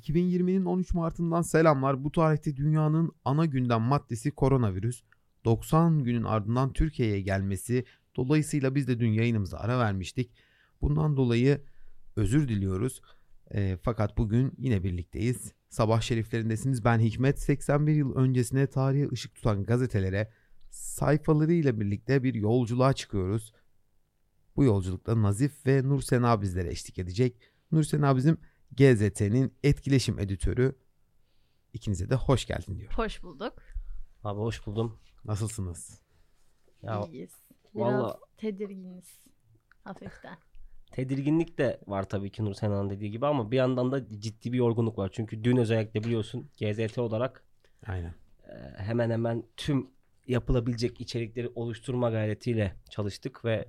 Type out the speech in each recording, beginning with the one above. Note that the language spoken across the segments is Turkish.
2020'nin 13 Mart'ından selamlar. Bu tarihte dünyanın ana gündem maddesi koronavirüs. 90 günün ardından Türkiye'ye gelmesi. Dolayısıyla biz de dün yayınımıza ara vermiştik. Bundan dolayı özür diliyoruz. Fakat bugün yine birlikteyiz. Sabah şeriflerindesiniz. Ben Hikmet. 81 yıl öncesine tarihe ışık tutan gazetelere sayfalarıyla birlikte bir yolculuğa çıkıyoruz. Bu yolculukta Nazif ve Nursena bizlere eşlik edecek. Nursena bizim GZT'nin etkileşim editörü. İkinize de hoş geldin diyorum. Hoş bulduk. Abi hoş buldum. Nasılsınız? Ya, İyiyiz. Biraz vallahi, tedirginiz. Hafiften. Tedirginlik de var tabii ki Nursena'nın dediği gibi ama bir yandan da ciddi bir yorgunluk var. Çünkü dün özellikle biliyorsun GZT olarak aynen hemen hemen tüm yapılabilecek içerikleri oluşturma gayretiyle çalıştık ve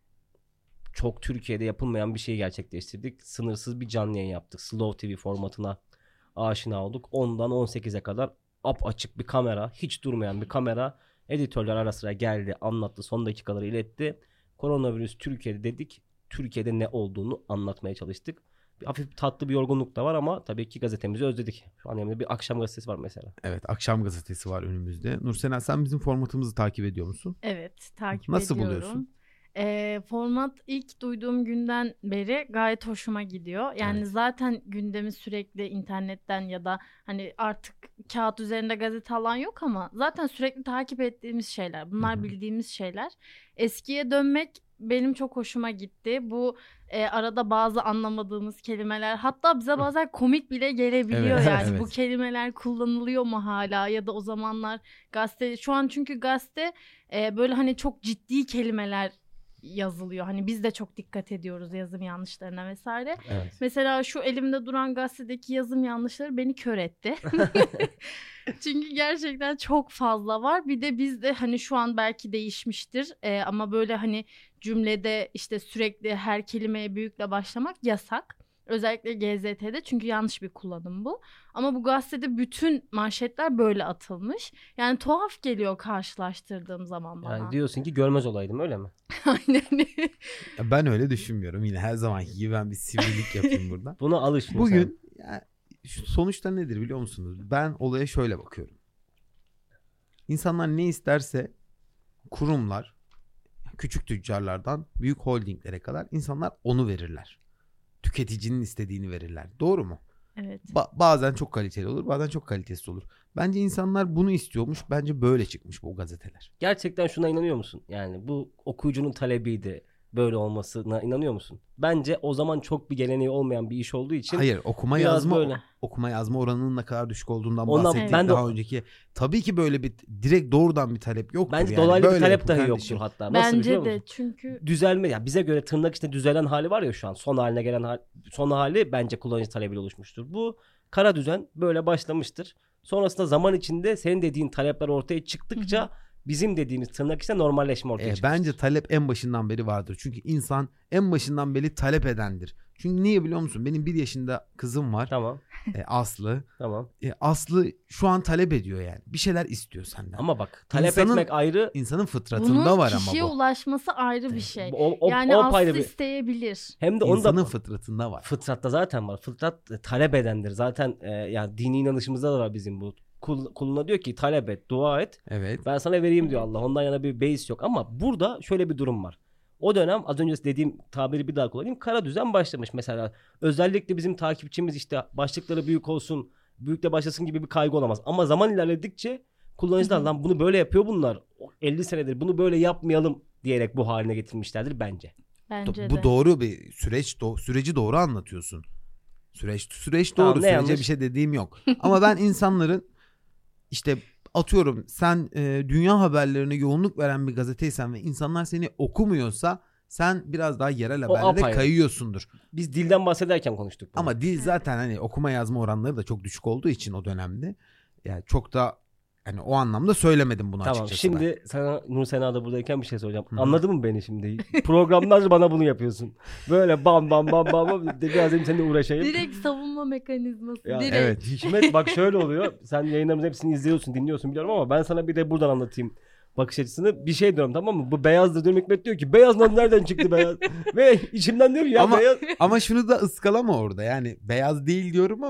çok Türkiye'de yapılmayan bir şey gerçekleştirdik. Sınırsız bir canlı yayın yaptık. Slow TV formatına aşina olduk. 10'dan 18'e kadar açık bir kamera, hiç durmayan bir kamera. Editörler ara sıra geldi, anlattı, son dakikaları iletti. Koronavirüs Türkiye'de dedik. Türkiye'de ne olduğunu anlatmaya çalıştık. Hafif tatlı bir yorgunluk da var ama tabii ki gazetemizi özledik. Şu an yanımda bir akşam gazetesi var mesela. Evet, akşam gazetesi var önümüzde. Nursena, sen bizim formatımızı takip ediyor musun? Evet, takip Nasıl ediyorum. buluyorsun? Format ilk duyduğum günden beri gayet hoşuma gidiyor. Yani Evet. zaten gündemi sürekli internetten ya da hani artık kağıt üzerinde gazete alan yok ama zaten sürekli takip ettiğimiz şeyler. Bunlar bildiğimiz şeyler. Eskiye dönmek benim çok hoşuma gitti. Bu arada bazı anlamadığımız kelimeler, hatta bize bazen komik bile gelebiliyor Evet, yani. evet. Bu kelimeler kullanılıyor mu hala ya da o zamanlar gazete, şu an çünkü gazete böyle hani çok ciddi kelimeler yazılıyor. Hani biz de çok dikkat ediyoruz yazım yanlışlarına vesaire. Evet. Mesela şu elimde duran gazetedeki yazım yanlışları beni kör etti. Çünkü gerçekten çok fazla var. Bir de bizde hani şu an belki değişmiştir ama böyle hani cümlede işte sürekli her kelimeye büyükle başlamak yasak. Özellikle GZT'de, çünkü yanlış bir kullanım bu. Ama bu gazetede bütün manşetler böyle atılmış. Yani tuhaf geliyor karşılaştırdığım zaman bana. Yani diyorsun ki görmez olaydım, öyle mi? Aynen. Ben öyle düşünmüyorum. Yine her zamanki gibi ben bir sivrilik yapayım burada. Buna alış. Bugün sonuçta nedir biliyor musunuz? Ben olaya şöyle bakıyorum. İnsanlar ne isterse kurumlar, küçük tüccarlardan büyük holdinglere kadar insanlar onu verirler. Tüketicinin istediğini verirler. Doğru mu? Evet. Bazen çok kaliteli olur, bazen çok kalitesiz olur. Bence insanlar bunu istiyormuş. Bence böyle çıkmış bu gazeteler. Gerçekten şuna inanıyor musun? Yani bu okuyucunun talebiydi. Böyle olmasına inanıyor musun? Bence o zaman çok bir geleneği olmayan bir iş olduğu için. Hayır, biraz böyle. okuma yazma oranının ne kadar düşük olduğundan Ondan bahsettik ben de daha önceki. Tabii ki böyle bir direkt doğrudan bir talep yoktur. Bence yani. dolaylı Böyle bir talep yapın dahi kardeşim. yoktur hatta. Nasıl biliyor Bence de, musun? çünkü Düzelme ya, bize göre tırnak içinde düzelen hali var ya şu an. Son haline gelen son hali bence kullanıcı talebiyle oluşmuştur. Bu kara düzen böyle başlamıştır. Sonrasında zaman içinde senin dediğin talepler ortaya çıktıkça bizim dediğimiz tırnak içinde normalleşme ortaya çıkmıştır. Bence talep en başından beri vardır. Çünkü insan en başından beri talep edendir. Çünkü niye biliyor musun? Benim 1 yaşında kızım var. Tamam. Aslı. Tamam. Aslı şu an talep ediyor yani. Bir şeyler istiyor senden. Ama bak, talep İnsanın- etmek ayrı. İnsanın fıtratında bunun var kişiye ama bu. ulaşması ayrı bir şey. O Yani ayrı Aslı bir. isteyebilir. Hem de onu İnsanın da fıtratında var. fıtratta zaten var. Fıtrat talep edendir. Zaten yani dini inanışımızda da var bizim bu. Kuluna diyor ki talep et, dua et. Evet. Ben sana vereyim diyor Allah. Ondan yana bir beis yok. Ama burada şöyle bir durum var. O dönem az önce dediğim tabiri bir daha kullanayım. Kara düzen başlamış mesela. Özellikle bizim takipçimiz işte başlıkları büyük olsun, büyükle başlasın gibi bir kaygı olamaz. Ama zaman ilerledikçe kullanıcılar lan bunu böyle yapıyor bunlar. 50 senedir bunu böyle yapmayalım diyerek bu haline getirmişlerdir bence. Bence Bu de. doğru bir süreç. Süreci doğru anlatıyorsun. Süreç Tamam, doğru. ne Sürece yanlış? bir şey dediğim yok. Ama ben insanların işte atıyorum sen dünya haberlerine yoğunluk veren bir gazeteysen ve insanlar seni okumuyorsa sen biraz daha yerel haberlere apayrı. kayıyorsundur. Biz dilden bahsederken konuştuk bunu. Ama dil zaten hani okuma yazma oranları da çok düşük olduğu için o dönemde yani çok da hani o anlamda söylemedim bunu Tamam, açıkçası. şimdi sana Nursena da buradayken bir şey soracağım. Hı. Anladın mı beni şimdi? Programdan bana bunu yapıyorsun. Böyle bam bam bam bam. Biraz dedim seninle uğraşayım. Direkt savunma mekanizması. Ya, direkt. evet. Hikmet bak şöyle oluyor. Sen yayınlarımızın hepsini izliyorsun, dinliyorsun biliyorum ama ben sana bir de buradan anlatayım bakış açısını. Bir şey diyorum, tamam mı? Bu beyazdır diyorum, Hikmet diyor ki beyaz nereden çıktı beyaz? Ve içimden diyorum ya Ama- beyaz. Ama şunu da ıskalama orada yani beyaz değil diyorum ama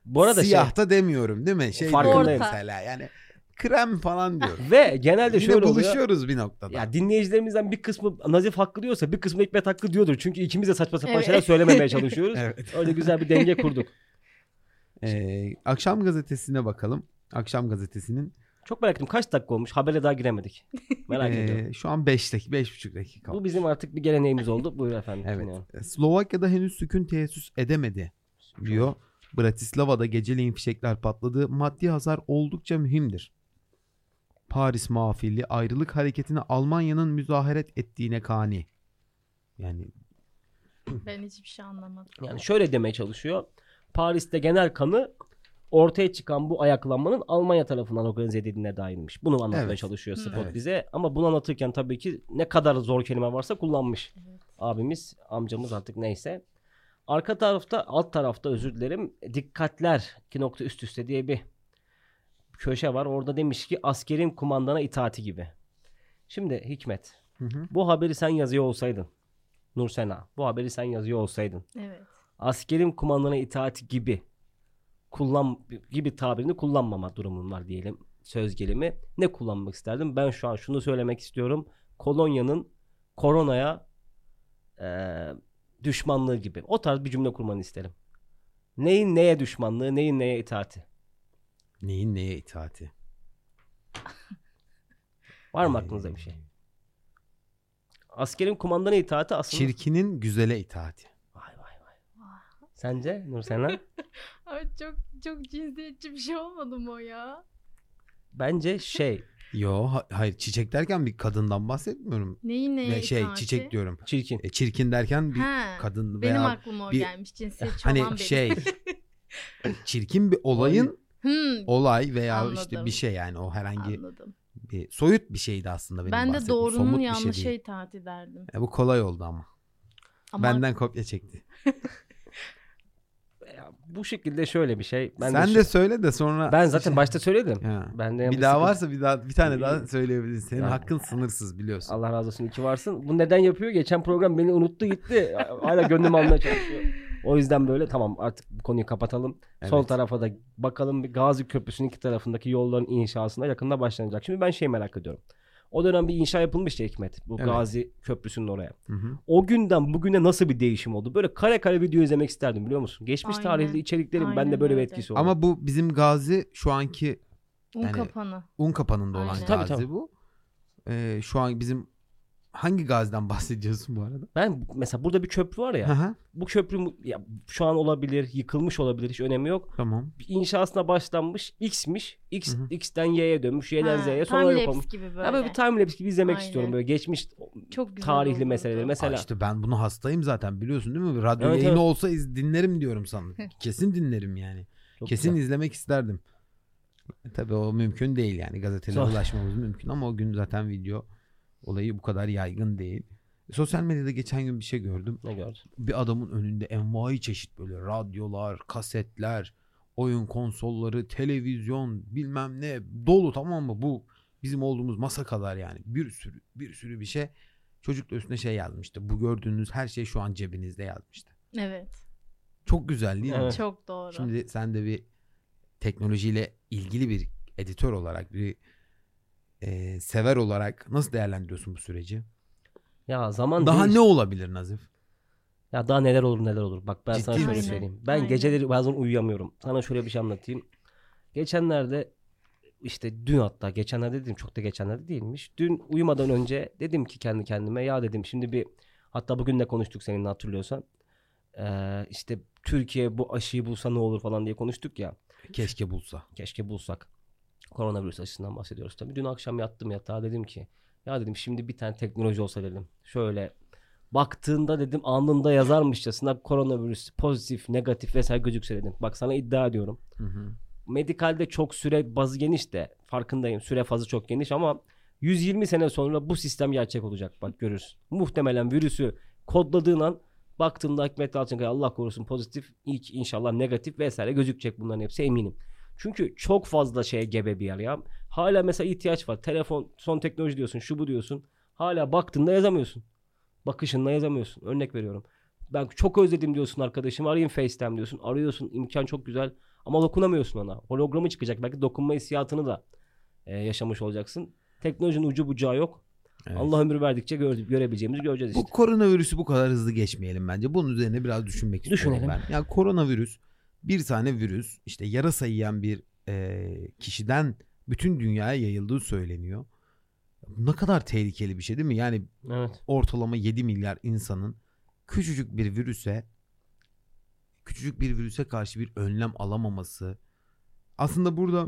Bu arada siyah da demiyorum değil mi? Şey farkındayım. diyorum mesela yani krem falan diyorum. Ve genelde Yine şöyle oluyor. buluşuyoruz bir noktada. Ya dinleyicilerimizden bir kısmı Nazif Hakkı diyorsa bir kısmı Hikmet Hakkı diyordur. Çünkü ikimiz de saçma sapan Evet. şeyler söylememeye çalışıyoruz. Evet. Öyle güzel bir denge kurduk. Akşam gazetesine bakalım. Akşam gazetesinin Çok merak ettim. Kaç dakika olmuş? Habere daha giremedik. Merak ediyorum. şu an 5,5 dakika. Bu bizim artık bir geleneğimiz oldu. Buyur efendim. Evet. dinliyorum. Slovakya'da henüz sükun teessüs edemedi diyor. Bratislava'da geceleyin fişekler patladı. Maddi hasar oldukça mühimdir. Paris muafilli ayrılık hareketine Almanya'nın müzaheret ettiğine kani. Yani Ben hiçbir şey anlamadım. Yani şöyle demeye çalışıyor. Paris'te genel kanı ortaya çıkan bu ayaklanmanın Almanya tarafından organize edildiğine dairmiş. Bunu anlatmaya Evet. çalışıyor Spot Evet. bize. Ama bunu anlatırken tabii ki ne kadar zor kelime varsa kullanmış. Evet. Abimiz, amcamız artık neyse. Arka tarafta, alt tarafta özür dilerim. Dikkatler 2 nokta üst üste diye bir köşe var. Orada demiş ki askerin kumandana itaati gibi. Şimdi Hikmet, bu haberi sen yazıyor olsaydın. Nursena, bu haberi sen yazıyor olsaydın. Evet. Askerin kumandana itaati gibi tabirini kullanmama durumun var diyelim, söz gelimi. Ne kullanmak isterdim? Ben şu an şunu söylemek istiyorum. Kolonya'nın koronaya düşmanlığı gibi. O tarz bir cümle kurmanı isterim. Neyin neye düşmanlığı, neyin neye itaati? neyin neye itaati? Var mı aklınızda bir şey? Askerin kumandana itaati aslında... Çirkinin güzele itaati. Vay. Sence Nursena? Ay çok cinsiyetçi bir şey olmadı mı o ya? Bence Yo hayır çiçek derken bir kadından bahsetmiyorum. Neyin neye Ve itaati? çiçek diyorum. çirkin. Çirkin derken bir Ha, kadın benim veya aklıma o bir- gelmiş. Cinsiyetçi hani olan benim. çirkin bir olayın olay veya Anladım. işte bir şey yani o herhangi Anladım. bir soyut bir şeydi aslında benim Ben de bahsettiğim. doğrunun Somut bir yanlışa şey değil. itaati derdim. Bu kolay oldu ama. Ama Benden kopya çekti. Ya, bu şekilde şöyle bir şey. Sen de söyle de sonra. Ben zaten başta söyledim. Ha. Bende Bir daha varsa bir tane daha söyleyebilirsin. Senin Yani. hakkın sınırsız biliyorsun. Allah razı olsun, iki varsın. Bu neden yapıyor? Geçen program beni unuttu gitti. Hala gönlümü almaya çalışıyor. O yüzden böyle tamam, artık bu konuyu kapatalım. Evet. Sol tarafa da bakalım, bir Gazi Köprüsü'nün iki tarafındaki yolların inşasına yakında başlanacak. Şimdi ben merak ediyorum. O dönem bir inşa yapılmıştı Hikmet. Bu Evet. Gazi Köprüsü'nün oraya. Hı-hı. O günden bugüne nasıl bir değişim oldu? Böyle kare kare video izlemek isterdim, biliyor musun? Geçmiş Aynen. tarihli içeriklerin Aynen bende böyle bir öyle. etkisi oldu. Ama bu bizim Gazi şu anki Un Yani- kapanı. Unkapanı'nda olan Aynen. Gazi Tabii. bu. Şu an bizim hangi Gazi'den bahsediyorsun bu arada? Ben mesela burada bir köprü var ya. Hı-hı. Bu köprü ya, şu an olabilir, yıkılmış olabilir, hiç önemi yok. Tamam. Bir inşasına başlanmış, X'miş. Hı hı. X'ten Y'ye dönmüş, Y'den Ha, Z'ye, sonra time yok lapse olmuş. gibi böyle. Ya böyle bir time lapse gibi izlemek Aynen. istiyorum, böyle geçmiş Çok güzel tarihli olurdu. meseleleri. Mesela İşte ben bunu hastayım zaten biliyorsun değil mi? Radyo Evet, yayını evet. olsa dinlerim diyorum sana. Kesin dinlerim yani. çok Kesin güzel. izlemek isterdim. Tabii o mümkün değil yani. Gazetelere Zor. ulaşmamız mümkün ama o gün zaten video olayı bu kadar yaygın değil. Sosyal medyada geçen gün bir şey gördüm. Ne gördün? Bir adamın önünde envai çeşit böyle radyolar, kasetler, oyun konsolları, televizyon bilmem ne dolu, tamam mı? Bu bizim olduğumuz masa kadar yani. Bir sürü bir şey. Çocuk da üstüne şey yazmıştı. Bu gördüğünüz her şey şu an cebinizde yazmıştı. Evet. Çok güzel değil mi? Evet. Çok doğru. Şimdi sen de bir teknolojiyle ilgili bir editör olarak, bir sever olarak nasıl değerlendiriyorsun bu süreci? Ya zaman Daha değiş- ne olabilir Nazif? Ya daha neler olur. Bak ben Ciddi sana şöyle misin? söyleyeyim. Ben Aynen. geceleri bazen uyuyamıyorum. Sana şöyle bir şey anlatayım. Geçenlerde işte dün, hatta geçenlerde dedim, çok da geçenlerde değilmiş. Dün uyumadan önce dedim ki kendi kendime, ya dedim şimdi hatta bugün de konuştuk seninle, hatırlıyorsan. İşte Türkiye bu aşıyı bulsa ne olur falan diye konuştuk ya. Keşke bulsa. Keşke bulsak. Koronavirüs aşısından bahsediyoruz tabii. Dün akşam yattım yatağa, dedim ki ya dedim şimdi bir tane teknoloji olsa dedim. Şöyle baktığında dedim anında yazarmışçasına koronavirüs pozitif, negatif vesaire gözükse dedim. Bak sana iddia ediyorum. Hı. Medikalde çok süre bazı geniş de farkındayım. Süre fazı çok geniş ama 120 sene sonra bu sistem gerçek olacak. Bak görürsün. Muhtemelen virüsü kodladığın an baktığında Hikmet Yalçınkaya Allah korusun pozitif, ilk inşallah negatif vesaire gözükecek, bunların hepsi eminim. Çünkü çok fazla şeye gebe bir yer ya. Hala mesela ihtiyaç var. Telefon, son teknoloji diyorsun, şu bu diyorsun. Hala baktığında yazamıyorsun. Bakışınla yazamıyorsun. Örnek veriyorum. Ben çok özledim diyorsun arkadaşım, arayayım FaceTime diyorsun. Arıyorsun, imkan çok güzel. Ama dokunamıyorsun ona. Hologramı çıkacak. Belki dokunma hissiyatını da yaşamış olacaksın. Teknolojinin ucu bucağı yok. Evet. Allah ömür verdikçe görebileceğimizi göreceğiz işte. Bu koronavirüsü bu kadar hızlı geçmeyelim bence. Bunun üzerine biraz düşünmek istiyorum ben. Yani koronavirüs bir tane virüs, işte yarasa yiyen bir kişiden bütün dünyaya yayıldığı söyleniyor. Ne kadar tehlikeli bir şey değil mi? Yani evet. Ortalama 7 milyar insanın küçücük bir virüse karşı bir önlem alamaması. Aslında burada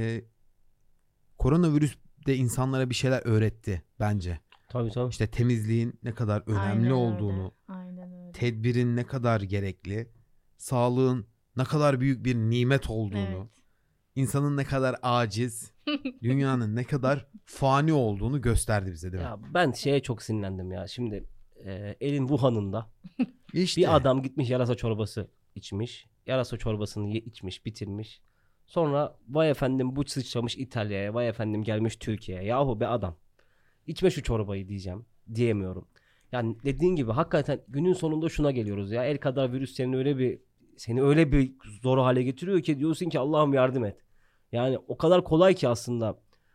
koronavirüs de insanlara bir şeyler öğretti bence. Tabii. İşte temizliğin ne kadar önemli olduğunu, Aynen öyle. tedbirin ne kadar gerekli, sağlığın ne kadar büyük bir nimet olduğunu, insanın ne kadar aciz, dünyanın ne kadar fani olduğunu gösterdi bize, değil mi? Ya ben şeye çok sinirlendim ya. Şimdi elin Wuhan'ında İşte. bir adam gitmiş yarasa çorbası içmiş. Yarasa çorbasını içmiş, bitirmiş. Sonra vay efendim bu sıçramış İtalya'ya, vay efendim gelmiş Türkiye'ye. Yahu be adam. İçme şu çorbayı diyemiyorum. Yani dediğin gibi hakikaten günün sonunda şuna geliyoruz ya. El kadar virüs seni öyle bir zor hale getiriyor ki diyorsun ki Allah'ım yardım et. Yani o kadar kolay ki aslında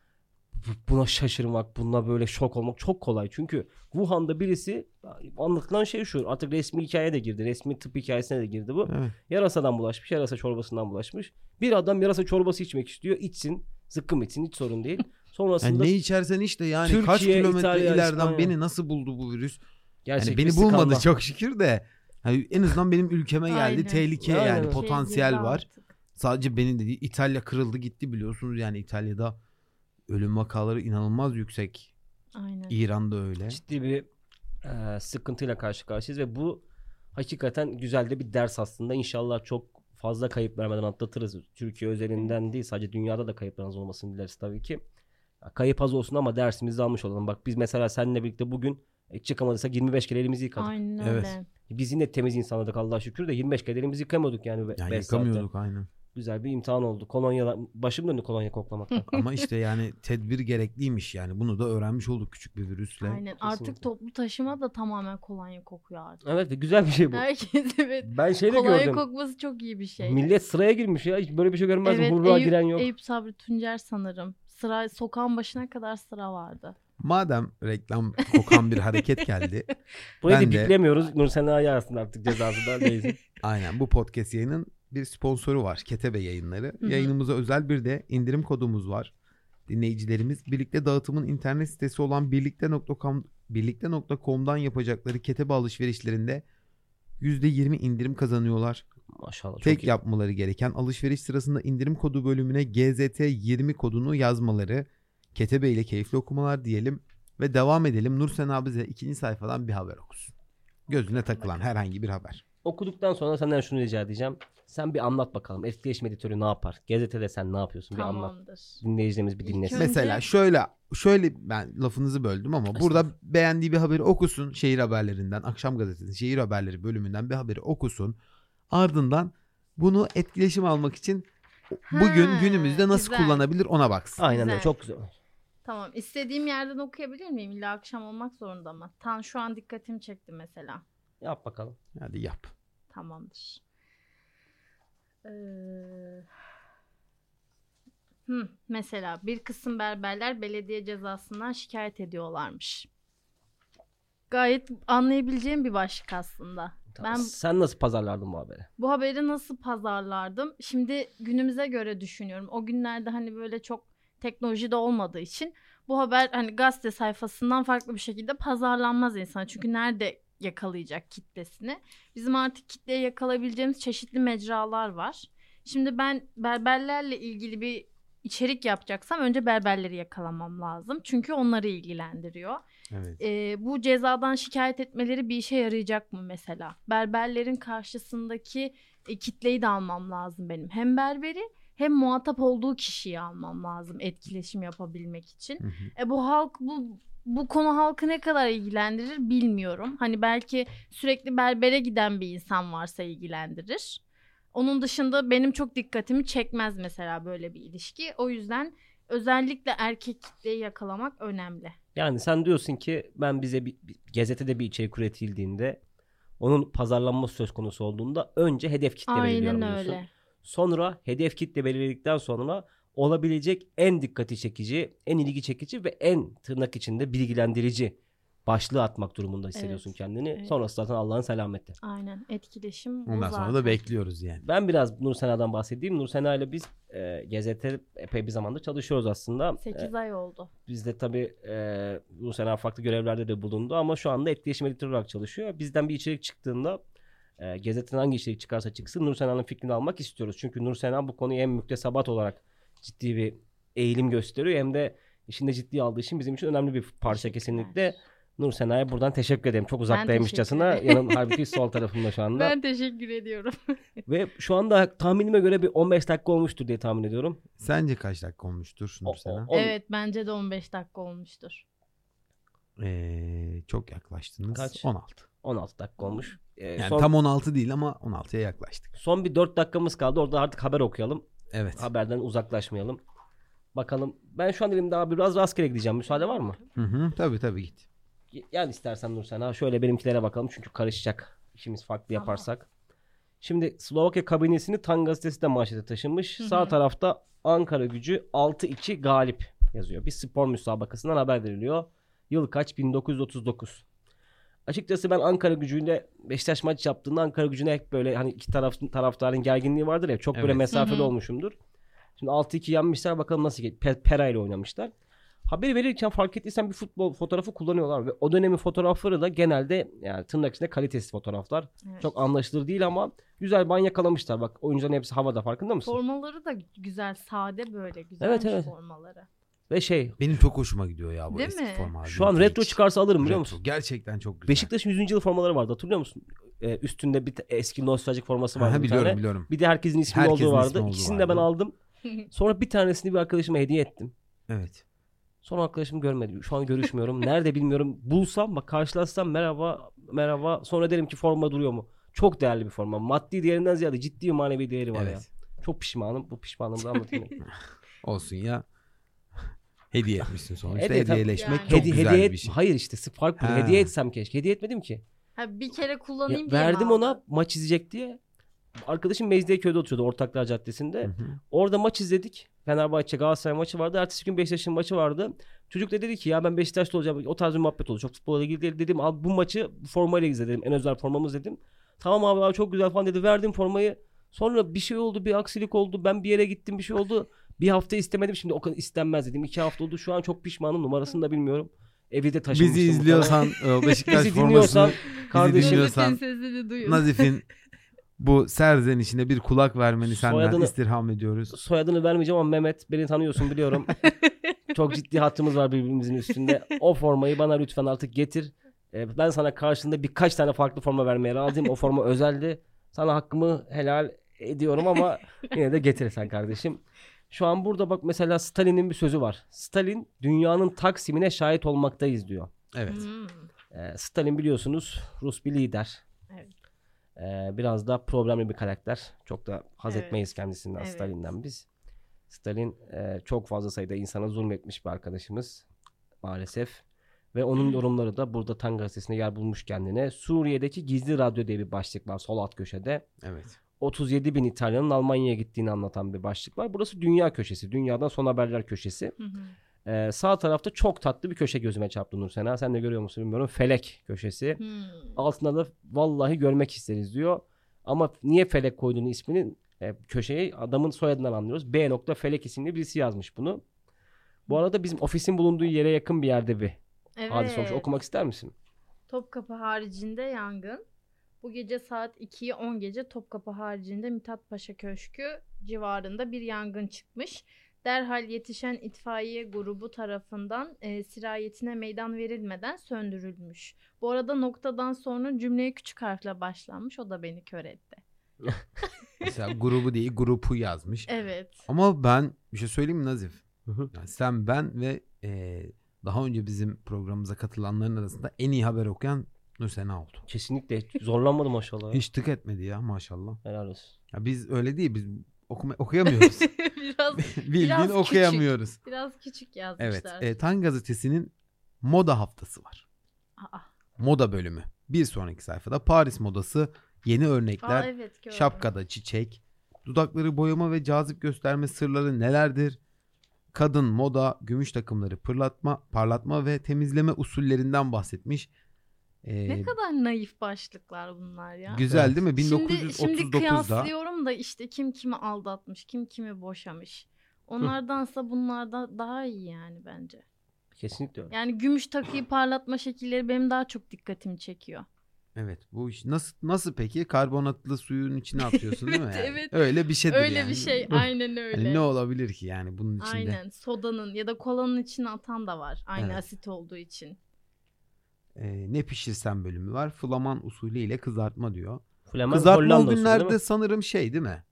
buna şaşırmak, buna böyle şok olmak çok kolay. Çünkü Wuhan'da birisi, anlatılan şey şu, artık resmi hikayeye de girdi. Resmi tıp hikayesine de girdi bu. Evet. Yarasadan bulaşmış, yarasa çorbasından bulaşmış. Bir adam yarasa çorbası içmek istiyor. İçsin, zıkkım içsin, hiç sorun değil. Sonrasında yani ne içersen işte yani Türkiye, kaç kilometre İtalya, ileriden İspanya. Beni nasıl buldu bu virüs? Gerçek yani beni bulmadı çok şükür de. Yani en azından benim ülkeme geldi. Aynen. Tehlike Aynen. yani potansiyel var. Artık. Sadece benim dediği İtalya kırıldı gitti biliyorsunuz. Yani İtalya'da ölüm vakaları inanılmaz yüksek. Aynen. İran'da öyle. Ciddi bir sıkıntıyla karşı karşıyayız ve bu hakikaten güzel de bir ders aslında. İnşallah çok fazla kayıp vermeden atlatırız. Türkiye özelinden değil, sadece dünyada da kayıpların az olmasını dileriz tabii ki. Kayıp az olsun ama dersimizi almış olalım. Bak biz mesela seninle birlikte bugün çıkamadıysak 25 kere elimizi yıkadık. Aynen Evet. öyle. Biz yine temiz insanladık Allah'a şükür de 25 kere elimizi yıkamıyorduk yani. Yani yıkamıyorduk aynen. Güzel bir imtihan oldu. Kolonya, başım döndü kolonya koklamaktan. Ama işte yani tedbir gerekliymiş yani. Bunu da öğrenmiş olduk küçük bir virüsle. Aynen. Kesinlikle. Artık toplu taşıma da tamamen kolonya kokuyor artık. Evet ve güzel bir şey bu. Herkes evet. Ben şeyde Kolonya gördüm. kokması çok iyi bir şey. Millet sıraya girmiş ya. Hiç böyle bir şey görmezdim. Evet, Hurra giren yok. Eyüp Sabri Tuncer sanırım. Sıra, sokağın başına kadar sıra vardı. Madem reklam kokan bir hareket geldi. Burayı da biplemiyoruz. Nur Sena yazsın artık cezasından neyse. Aynen, bu podcast yayının bir sponsoru var. Ketebe Yayınları. Hı-hı. Yayınımıza özel bir de indirim kodumuz var. Dinleyicilerimiz birlikte dağıtımın internet sitesi olan birlikte.com'dan yapacakları Ketebe alışverişlerinde %20 indirim kazanıyorlar. Maşallah. Tek yapmaları gereken alışveriş sırasında indirim kodu bölümüne GZT20 kodunu yazmaları. Ketebe ile keyifli okumalar diyelim ve devam edelim. Nursen abi bize 2. sayfadan bir haber okusun. Gözüne takılan herhangi bir haber. Okuduktan sonra senden şunu rica edeceğim. Sen bir anlat bakalım. Etkileşim editörü ne yapar? Gazetede sen ne yapıyorsun? Bir anlat. Dinleyicilerimiz bir dinlesin. Mesela şöyle ben lafınızı böldüm ama burada beğendiği bir haberi okusun. Şehir haberlerinden, Akşam Gazetesi'nin şehir haberleri bölümünden bir haberi okusun. Ardından bunu etkileşim almak için bugün günümüzde nasıl kullanabilir ona baksın. Aynen öyle, çok güzel. Tamam. İstediğim yerden okuyabilir miyim? İlla akşam olmak zorunda mı? Şu an dikkatimi çekti mesela. Yap bakalım. Hadi yap. Tamamdır. Mesela bir kısım berberler belediye cezasından şikayet ediyorlarmış. Gayet anlayabileceğim bir başlık aslında. Tamam. Sen nasıl pazarlardın bu haberi? Bu haberi nasıl pazarlardım? Şimdi günümüze göre düşünüyorum. O günlerde hani böyle çok teknolojide olmadığı için bu haber hani gazete sayfasından farklı bir şekilde pazarlanmaz insan. Çünkü nerede yakalayacak kitlesini? Bizim artık kitleye yakalayabileceğimiz çeşitli mecralar var. Şimdi ben berberlerle ilgili bir içerik yapacaksam önce berberleri yakalamam lazım. Çünkü onları ilgilendiriyor. Evet. Bu cezadan şikayet etmeleri bir işe yarayacak mı mesela? Berberlerin karşısındaki kitleyi de almam lazım benim. Hem berberi hem muhatap olduğu kişiyi almam lazım etkileşim yapabilmek için. Hı hı. Bu halk bu konu halkı ne kadar ilgilendirir bilmiyorum. Hani belki sürekli berbere giden bir insan varsa ilgilendirir. Onun dışında benim çok dikkatimi çekmez mesela böyle bir ilişki. O yüzden özellikle erkek kitleyi yakalamak önemli. Yani sen diyorsun ki ben bize bir gazetede bir içerik üretildiğinde onun pazarlanması söz konusu olduğunda önce hedef kitle belirliyorum diyorsun. Aynen öyle. Sonra hedef kitle belirledikten sonra olabilecek en dikkati çekici, en ilgi çekici ve en tırnak içinde bilgilendirici başlığı atmak durumunda hissediyorsun kendini. Evet. Sonrası zaten Allah'ın selameti. Aynen, etkileşim bu Ondan zaten. sonra da bekliyoruz yani. Ben biraz Nur Sena'dan bahsedeyim. Nur Sena ile biz GZT epey bir zamandır çalışıyoruz aslında. 8 ay oldu. Biz de tabii Nur Sena farklı görevlerde de bulundu ama şu anda etkileşim editörü olarak çalışıyor. Bizden bir içerik çıktığında GZT'nin hangi içerik çıkarsa çıksın Nur Sena'nın fikrini almak istiyoruz. Çünkü Nur Sena bu konuyu hem müktesebat olarak ciddi bir eğilim gösteriyor hem de işinde ciddiye aldığı için bizim için önemli bir parça kesinlikle. Nur Sena'ya buradan teşekkür ederim. Çok uzaktaymışçasına. teşekkür ederim. Halbuki sol tarafımda şu anda. Ben teşekkür ediyorum. Ve şu anda tahminime göre bir 15 dakika olmuştur diye tahmin ediyorum. Sence kaç dakika olmuştur Nur Sena? Evet, bence de 15 dakika olmuştur. Çok yaklaştınız. Kaç? 16. 16 dakika olmuş. Yani tam 16 değil ama 16'ya yaklaştık. Son bir 4 dakikamız kaldı. Orada artık haber okuyalım. Evet. Haberden uzaklaşmayalım. Bakalım. Ben şu an elimde abi biraz rastgele gideceğim. Müsaade var mı? Hı, tabii git. Gel istersen Nur Sena. Şöyle benimkilere bakalım. Çünkü karışacak. İşimiz farklı yaparsak. Şimdi Slovakya kabinesini Tan gazetesi de manşete taşınmış. Sağ tarafta Ankara Gücü 6-2 galip yazıyor. Bir spor müsabakasından haber veriliyor. Yıl kaç? 1939. Açıkçası ben Ankara Gücü'yle Beşiktaş maç yaptığında Ankara Gücü'ne hep böyle hani iki taraftarın gerginliği vardır ya. Çok böyle Evet. mesafeli olmuşumdur. Şimdi 6-2 yenmişler. Bakalım nasıl Pera ile oynamışlar. Haberi verirken fark ettiysen bir futbol fotoğrafı kullanıyorlar ve o dönemin fotoğrafları da genelde yani tırnak içinde kalitesiz fotoğraflar. Evet. Çok anlaşılır değil ama güzel ban yakalamışlar. Bak oyuncuların hepsi havada, farkında mısın? Formaları da güzel, sade böyle güzel Evet. formaları. Ve Benim çok hoşuma gidiyor ya bu Değil eski mi? formalar. şu an Vintage. retro çıkarsa alırım biliyor Retro. musun? Gerçekten çok güzel. Beşiktaş'ın 100. yıl formaları vardı, hatırlıyor musun? Üstünde bir eski nostaljik forması vardı bir tane. Biliyorum. Bir de herkesin ismi Herkesin olduğu vardı. ismi olduğu İkisini de ben vardı. aldım. Sonra bir tanesini bir arkadaşıma hediye ettim. Evet. Sonra arkadaşım görmedi. Şu an görüşmüyorum. Nerede bilmiyorum. Bulsam bak, karşılaşsam merhaba. Sonra derim ki forma duruyor mu? Çok değerli bir forma. Maddi değerinden ziyade ciddi bir manevi değeri var ya. Evet. Çok pişmanım. Bu pişmanlığımı da anlatayım. Olsun ya. Hediye etmişsin sonuçta. Hediye, tabii. Hediyeleşmek Yani. çok güzel hediye bir şey. Hayır işte fark bu. Ha. Hediye etsem keşke. Hediye etmedim ki. Ha, bir kere kullanayım Ya, diye verdim mi ona aldın? maç izleyecek diye. Arkadaşım Mecidiyeköy'de oturuyordu, Ortaklar Caddesi'nde. Hı hı. Orada maç izledik. Fenerbahçe Galatasaray maçı vardı. Ertesi gün Beşiktaş'ın maçı vardı. Çocuk da dedi ki ya ben Beşiktaş'ta olacağım. O tarz bir muhabbet oldu. Çok futbola ilgili değil. Dedim al bu maçı formayla izle dedim. En özel formamız dedim. Tamam abi çok güzel falan dedi. Verdim formayı. Sonra bir şey oldu, bir aksilik oldu. Ben bir yere gittim, bir şey oldu. Bir hafta istemedim. Şimdi o kadar istenmez dedim. 2 hafta oldu. Şu an çok pişmanım. Numarasını da bilmiyorum. Evde taşımıştım. Bizi izliyorsan Beşiktaş Bizi dinliyorsan formasını kardeşim dinliyorsan- Milletin sesini duyun. Nazif'in bu serzenişine bir kulak vermeni senden Soyadını- istirham ediyoruz. soyadını vermeyeceğim ama Mehmet, beni tanıyorsun biliyorum. Çok ciddi hattımız var birbirimizin üstünde. O formayı bana lütfen artık getir. Ben sana karşılığında birkaç tane farklı forma vermeye razıyım. O forma özeldi. Sana hakkımı helal ediyorum ama yine de getirsen kardeşim. Şu an burada bak mesela Stalin'in bir sözü var. Stalin dünyanın taksimine şahit olmaktayız diyor. Evet. Stalin biliyorsunuz Rus bir lider. Evet. Biraz da problemli bir karakter. Çok da haz Evet. etmeyiz kendisinden, Evet. Stalin'den biz. Stalin çok fazla sayıda insana zulmetmiş bir arkadaşımız maalesef. Ve onun yorumları da burada Tan gazetesine yer bulmuş kendine. Suriye'deki gizli radyo diye bir başlık var sol alt köşede. Evet. 37 bin İtalyanın Almanya'ya gittiğini anlatan bir başlık var. Burası dünya köşesi. Dünyadan son haberler köşesi. Sağ tarafta çok tatlı bir köşe gözüme çarptı Nur Sena. Sen de görüyor musun bilmiyorum. Felek köşesi. Altında da vallahi görmek isteriz diyor. Ama niye Felek koyduğunu ismini köşeyi adamın soyadından anlıyoruz. B. Felek isimli birisi yazmış bunu. Bu arada bizim ofisin bulunduğu yere yakın bir yerde bir hadise olmuş. Okumak ister misin? Topkapı haricinde yangın. Bu gece saat 2'yi 10 gece Topkapı haricinde Mithat Paşa Köşkü civarında bir yangın çıkmış. Derhal yetişen itfaiye grubu tarafından sirayetine meydan verilmeden söndürülmüş. Bu arada noktadan sonra cümleye küçük harfle başlanmış. O da beni kör etti. Mesela grubu değil grupu yazmış. Evet. Ama ben bir şey söyleyeyim mi Nazif? Hı hı. Yani sen, ben ve daha önce bizim programımıza katılanların arasında en iyi haber okuyan Nur Sena oldu. Kesinlikle. Zorlanmadı maşallah. Hiç tık etmedi ya maşallah. Helal olsun. Ya biz öyle değil, biz okuyamıyoruz. biraz Bildiğin küçük. okuyamıyoruz. Biraz küçük yazmışlar. Evet. Tan gazetesinin moda haftası var. Aa. Moda bölümü. Bir sonraki sayfada Paris modası, yeni örnekler, Evet, gördüm. şapkada çiçek, Dudakları boyama ve cazip gösterme sırları nelerdir? Kadın, moda, gümüş takımları parlatma ve temizleme usullerinden bahsetmiş. Ne kadar naif başlıklar bunlar ya. Güzel Evet. değil mi? Şimdi 1939'da kıyaslıyorum da işte kim kimi aldatmış, kim kimi boşamış. Onlardansa bunlardan daha iyi yani bence. Kesinlikle öyle. Yani gümüş takıyı parlatma şekilleri benim daha çok dikkatimi çekiyor. evet, bu iş nasıl peki? Karbonatlı suyun içine atıyorsun değil mi? Evet, Yani? evet. Öyle bir şeydir Öyle yani. bir şey, aynen öyle. Hani ne olabilir ki yani bunun içinde? Aynen, sodanın ya da kolanın içine atan da var. Aynı Evet. asit olduğu için. Ne pişirsen bölümü var. Flaman usulü ile kızartma diyor. Flaman Kızartma Hollanda o usulü değil günlerde mi? sanırım şey değil mi?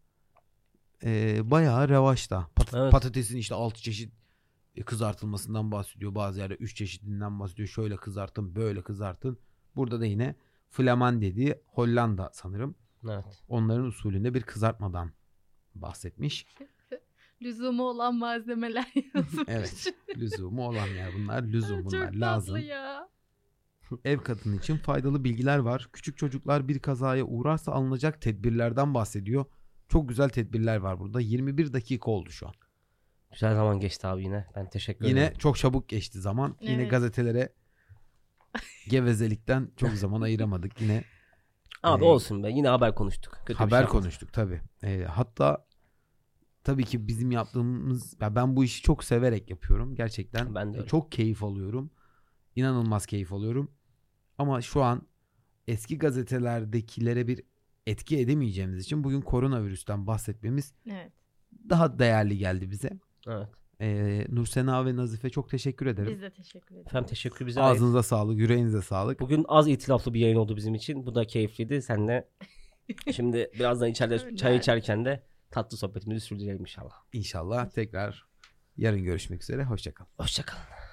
Bayağı revaçta. Evet. Patatesin işte 6 çeşit kızartılmasından bahsediyor. Bazı yerde 3 çeşidinden bahsediyor. Şöyle kızartın, böyle kızartın. Burada da yine Flaman dediği Hollanda sanırım. Evet. Onların usulünde bir kızartmadan bahsetmiş. Lüzumu olan malzemeler yazmış. Evet. Lüzumu olan yer bunlar. Lüzum Çok bunlar. tatlı Lazım. ya. Ev kadını için faydalı bilgiler var. Küçük çocuklar bir kazaya uğrarsa alınacak tedbirlerden bahsediyor. Çok güzel tedbirler var burada. 21 dakika oldu şu an. Güzel zaman geçti abi yine. Ben teşekkür Yine ederim. çok çabuk geçti zaman. Yine Evet. gazetelere gevezelikten çok zaman ayıramadık. Yine Abi Ee, olsun be. Yine haber konuştuk. Kötü bir şey haber yapmadık. konuştuk tabii. Hatta tabii ki bizim yaptığımız, ben bu işi çok severek yapıyorum. Gerçekten Ben de öyle. çok keyif alıyorum. İnanılmaz keyif alıyorum. Ama şu an eski gazetelerdekilere bir etki edemeyeceğimiz için bugün koronavirüsten bahsetmemiz Evet. daha değerli geldi bize. Evet. Nursena ve Nazife çok teşekkür ederim. Biz de teşekkür ederiz. Efendim teşekkür bize ait. Ağzınıza sağlık, yüreğinize sağlık. Bugün az itilaflı bir yayın oldu bizim için. Bu da keyifliydi. Senle şimdi birazdan içeride Öyle. çay içerken de tatlı sohbetimizi sürdürelim inşallah. İnşallah tekrar yarın görüşmek üzere. Hoşça kalın. Hoşçakalın.